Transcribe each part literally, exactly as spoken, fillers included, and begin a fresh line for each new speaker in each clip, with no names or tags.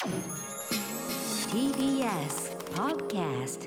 ティービーエス Podcast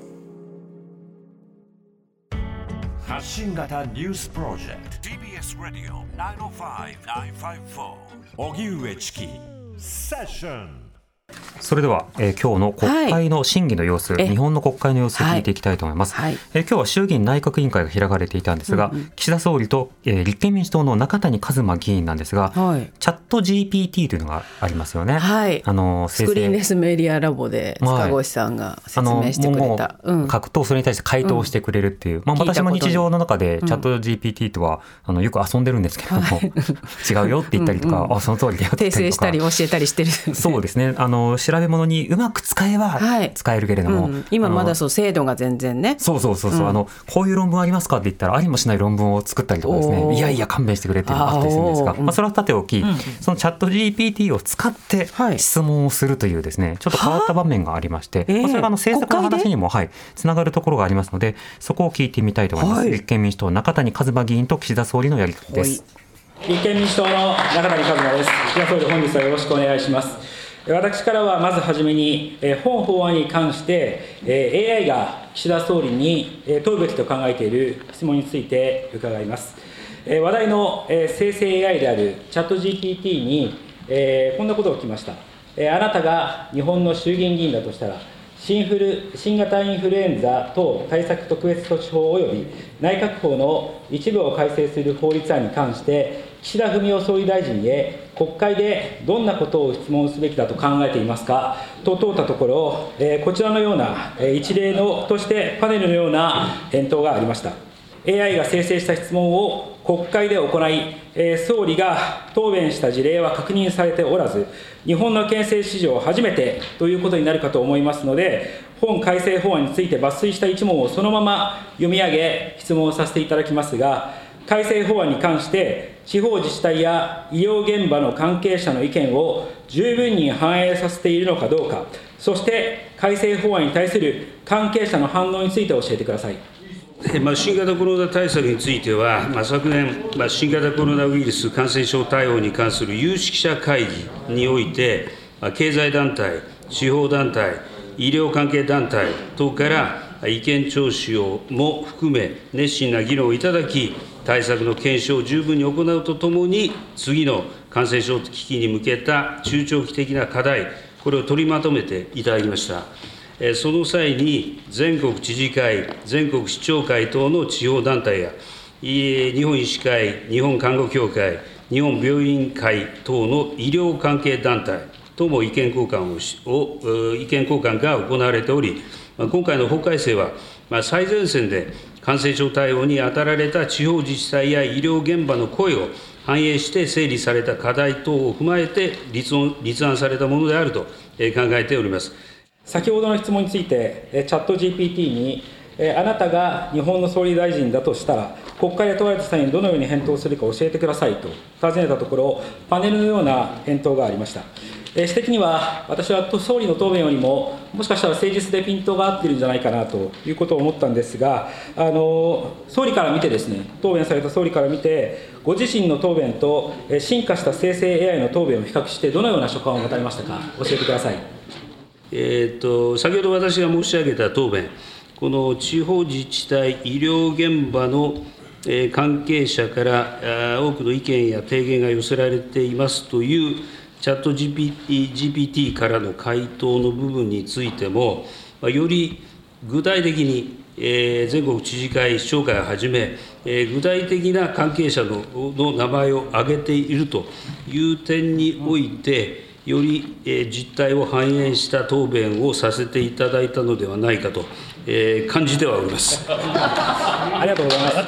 発信型ニュースプロジェクト ティービーエス ラディオ きゅうまるご きゅうごよん荻上チキセッション。
それでは、えー、今日の国会の審議の様子、はい、日本の国会の様子を聞いていきたいと思います、はいえー、今日は衆議院内閣委員会が開かれていたんですが、うんうん、岸田総理と、えー、立憲民主党の中谷一馬議員なんですが、はい、チャット ジーピーティー というのがありますよね、はい、あの
スクリーンレスメディアラボで塚越さんが説明してくれた、
はい、書くとそれに対して回答してくれるっていう、うんまあ、私も日常の中でチャット ジーピーティー とは、うん、あのよく遊んでるんですけども、はい、違うよって言ったりとか、うんうん、あその通りだよって言ったりとか
訂正したり教えたりしてる
そうですね、あの調べ物にうまく使えば使えるけれども、はいうん、
今まだそう精度が全然ね
そうそうそうそう、うん、あのこういう論文ありますかって言ったらありもしない論文を作ったりとかですね、いやいや勘弁してくれっていうのがあったりするんですが、まあ、それはさておき、うん、そのチャット ジーピーティー を使って質問をするというですね、はい、ちょっと変わった場面がありまして、まあ、それがあの政策の話にも、はい、つながるところがありますので、そこを聞いてみたいと思います、はい、立憲民主党中谷一馬議員と岸田総理のやり取りです、
はい、立憲民主党の中谷一馬です。岸田総理、本日はよろしくお願いします。私からはまずはじめに、本法案に関して エーアイ が岸田総理に問うべきと考えている質問について伺います。話題の生成 エーアイ であるチャット ジーピーティー にこんなことが起きました。あなたが日本の衆議院議員だとしたら、新フル新型インフルエンザ等対策特別措置法及び内閣法の一部を改正する法律案に関して、岸田文雄総理大臣へ国会でどんなことを質問すべきだと考えていますかと問うたところ、えー、こちらのような、えー、一例のとしてパネルのような返答がありました。 エーアイ が生成した質問を国会で行い、えー、総理が答弁した事例は確認されておらず、日本の憲政史上初めてということになるかと思いますので、本改正法案について抜粋した一問をそのまま読み上げ質問をさせていただきますが、改正法案に関して地方自治体や医療現場の関係者の意見を十分に反映させているのかどうか、そして改正法案に対する関係者の反応について教えてください。
まあ、新型コロナ対策については、まあ、昨年、まあ、新型コロナウイルス感染症対応に関する有識者会議において、まあ、経済団体、地方団体、医療関係団体等から意見聴取をも含め、熱心な議論をいただき、対策の検証を十分に行うとともに、次の感染症危機に向けた中長期的な課題、これを取りまとめていただきました。その際に、全国知事会、全国市長会等の地方団体や、日本医師会、日本看護協会、日本病院会等の医療関係団体とも意見交換をしを、意見交換が行われており、今回の法改正は、最前線で感染症対応に当たられた地方自治体や医療現場の声を反映して整理された課題等を踏まえて立案、立案されたものであると考えております。
先ほどの質問について、チャット ジーピーティー に、あなたが日本の総理大臣だとしたら、国会で問われた際にどのように返答するか教えてくださいと尋ねたところ、パネルのような返答がありました。指摘には、私は総理の答弁よりも、もしかしたら誠実でピントが合っているんじゃないかなということを思ったんですが、あの総理から見てですね、答弁された総理から見て、ご自身の答弁と進化した生成 エーアイ の答弁を比較して、どのような所感を持たれましたか、教えてください。
えー、と先ほど私が申し上げた答弁、この地方自治体、医療現場の関係者から多くの意見や提言が寄せられていますというチャット ジーピーティー からの回答の部分についても、より具体的に全国知事会、市長会をはじめ、具体的な関係者 の, の名前を挙げているという点において、より実態を反映した答弁をさせていただいたのではないかと感じてはおります。
ありがとうございます。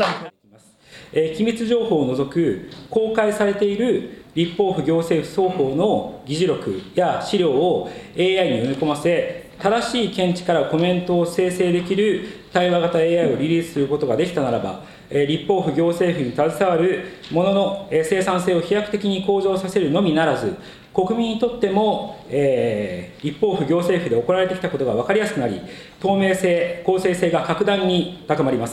えー、機密情報を除く公開されている立法府行政府双方の議事録や資料を エーアイ に読み込ませ、正しい見地からコメントを生成できる対話型 エーアイ をリリースすることができたならば、立法府行政府に携わるものの生産性を飛躍的に向上させるのみならず、国民にとっても、えー、立法府行政府で行われてきたことが分かりやすくなり、透明性、公正性が格段に高まります。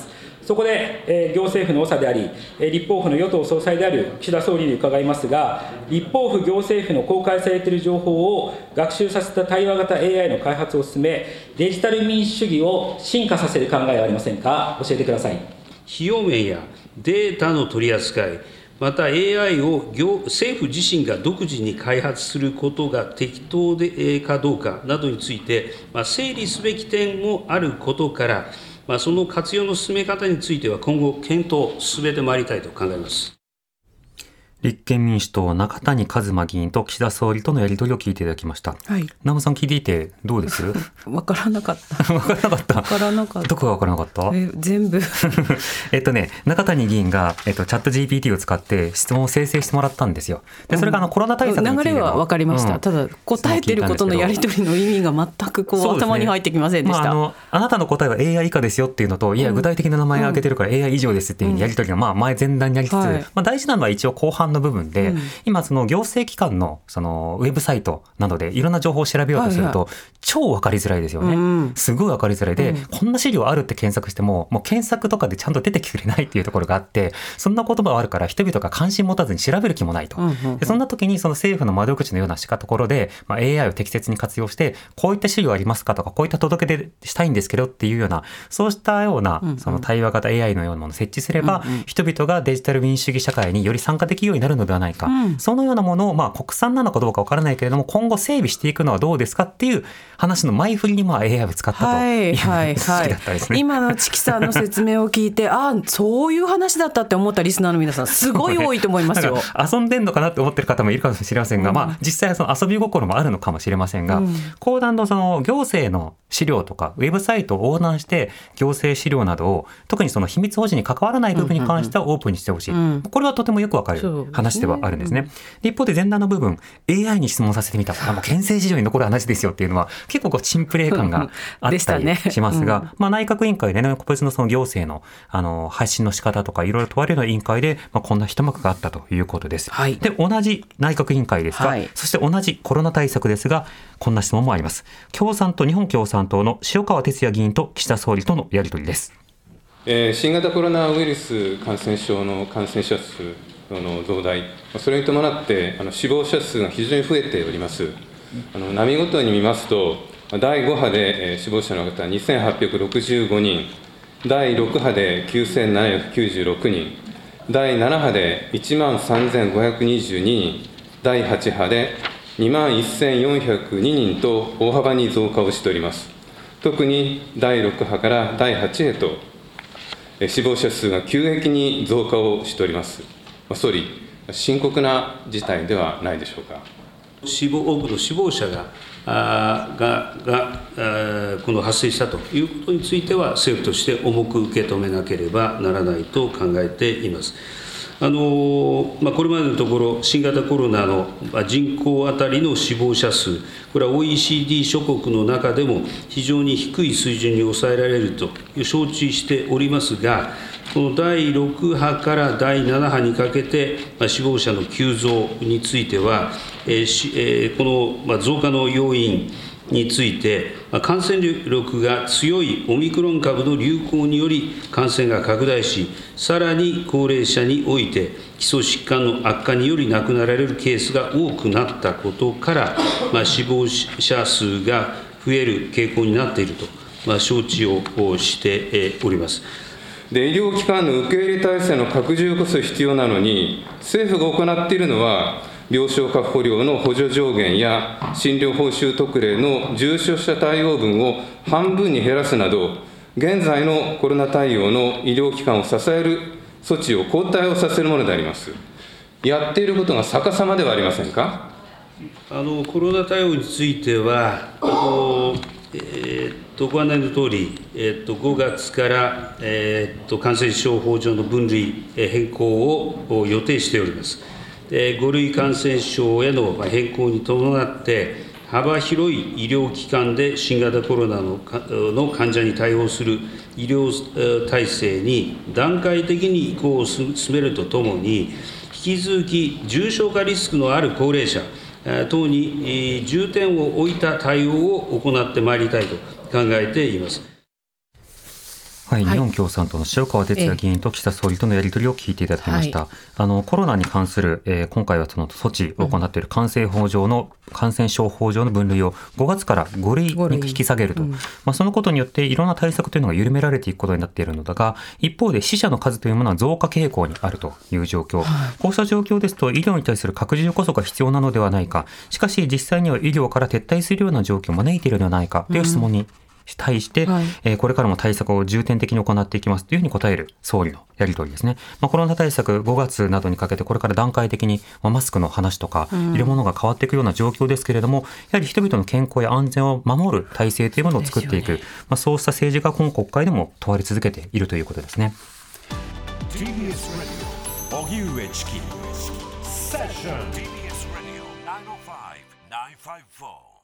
そこで、えー、行政府の長であり、立法府の与党総裁である岸田総理に伺いますが、立法府行政府の公開されている情報を学習させた対話型 エーアイ の開発を進め、デジタル民主主義を進化させる考えはありませんか。教えてください。
費用面やデータの取り扱い、また エーアイ を行政府自身が独自に開発することが適当でかどうかなどについて、まあ、整理すべき点もあることから、まあ、その活用の進め方については今後検討を進めてまいりたいと考えます。
立憲民主党中谷一馬議員と岸田総理とのやり取りを聞いていただきました。
はい。
南部さん聞いていてどうです？
わからなかった。
わからなかった。
わからなかった。
どこがわからなかった？
え全部。
えっとね中谷議員がえっとチャット ジーピーティー を使って質問を生成してもらったんですよ。でそれがあのコロナ対策についての
流れはわかりました。うん、ただ答えてることのやり取りの意味が全くこう、ね、頭に入ってきませんでした。
まあ、あのあなたの答えは エーアイ 以下ですよっていうのと、いや具体的な名前を挙げてるから エーアイ 以上ですっていうやり取りがまあ前前段にありつつ、はい、まあ大事なのは一応後半の部分で。うん、今その行政機関のそのウェブサイトなどでいろんな情報を調べようとすると超分かりづらいですよね、うん、すごい分かりづらいで、うん、こんな資料あるって検索してももう検索とかでちゃんと出てきてくれないっていうところがあって、そんな言葉があるから人々が関心持たずに調べる気もないと、うんうんうん、でそんな時にその政府の窓口のようなしかところで、まあ、エーアイ を適切に活用してこういった資料ありますかとかこういった届け出したいんですけどっていうようなそうしたようなその対話型 エーアイ のようなものを設置すれば、うんうん、人々がデジタル民主主義社会により参加できるようになるのではないか、うん、そのようなものをまあ国産なのかどうかわからないけれども今後整備していくのはどうですかっていう話の前振りにまあ エーアイ を使ったという
はいはいはい、今のチキさんの説明を聞いてあそういう話だったって思ったリスナーの皆さんすごい多いと思いますよ。
遊んでんのかなって思ってる方もいるかもしれませんが、うん、まあ実際はその遊び心もあるのかもしれませんが、うん、公団のその行政の資料とかウェブサイトを横断して行政資料などを特にその秘密保持に関わらない部分に関してはオープンにしてほしい、うんうんうん、これはとてもよくわかる話ではあるんですね。うん、で一方で前段の部分 エーアイ に質問させてみたあもう憲政史上に残る話ですよっていうのは結構こうチンプレー感があったりしますが、ねうんまあ、内閣委員会でね個別のその行政の、あの配信の仕方とかいろいろ問われる委員会で、まあ、こんな一幕があったということです。はい、で同じ内閣委員会ですが、はい、そして同じコロナ対策ですがこんな質問もあります。共産党日本共産党の塩川哲也議員と岸田総理とのやり取りです。
えー、新型コロナウイルス感染症の感染者数の増大、それに伴ってあの死亡者数が非常に増えております。あの波ごとに見ますとだいご波で、えー、死亡者の方はにせんはっぴゃくろくじゅうごにん、だいろく波できゅうせんななひゃくきゅうじゅうろくにん、だいなな波でいちまんさんぜんごひゃくにじゅうににん、だいはち波でにまんせんよんひゃくににんと大幅に増加をしております。特にだいろく波からだいはちへと死亡者数が急激に増加をしております。総理、深刻な事態ではないでしょうか。
死亡多くの死亡者があががあこの発生したということについては政府として重く受け止めなければならないと考えています。あのまあ、これまでのところ新型コロナの人口当たりの死亡者数、これは オーイーシーディー 諸国の中でも非常に低い水準に抑えられると承知しておりますが、このだいろく波からだいなな波にかけて、まあ、死亡者の急増については、えーしえー、この、まあ、増加の要因について、感染力が強いオミクロン株の流行により感染が拡大し、さらに高齢者において基礎疾患の悪化により亡くなられるケースが多くなったことから、まあ、死亡者数が増える傾向になっていると、まあ、承知をしております。
で医療機関の受け入れ体制の拡充こそ必要なのに、政府が行っているのは病床確保料の補助上限や診療報酬特例の重症者対応分を半分に減らすなど、現在のコロナ対応の医療機関を支える措置を後退をさせるものであります。やっていることが逆さまではありませんか。
あのコロナ対応については、あのえー、っとご案内のとおり、えー、っとごがつから、えー、っと感染症法上の分類変更を予定しております。ご類感染症への変更に伴って、幅広い医療機関で新型コロナの患者に対応する医療体制に段階的に移行を進めるとともに、引き続き重症化リスクのある高齢者等に重点を置いた対応を行ってまいりたいと考えています。
はい、日本共産党の塩川哲也議員と岸田総理とのやり取りを聞いていただきました。はい、あのコロナに関する、えー、今回はその措置を行っている感染法上の、うん、感染症法上の分類をごがつからご類に引き下げると、うん、まあ、そのことによっていろんな対策というのが緩められていくことになっているのだが、一方で死者の数というものは増加傾向にあるという状況、はい、こうした状況ですと医療に対する拡充こそが必要なのではないか、しかし実際には医療から撤退するような状況を招いているのではないかという質問に、うん対して、はい、えー、これからも対策を重点的に行っていきますというふうに答える総理のやり取りですね。まあ、コロナ対策ごがつなどにかけてこれから段階的に、まあ、マスクの話とか、うん、いろんなものが変わっていくような状況ですけれども、やはり人々の健康や安全を守る体制というものを作っていく、そうですよね。まあ、そうした政治が今国会でも問われ続けているということですね。 ティービーエス ラジオ荻上チキセッション ティービーエス ラジオきゅうまるご きゅうごよん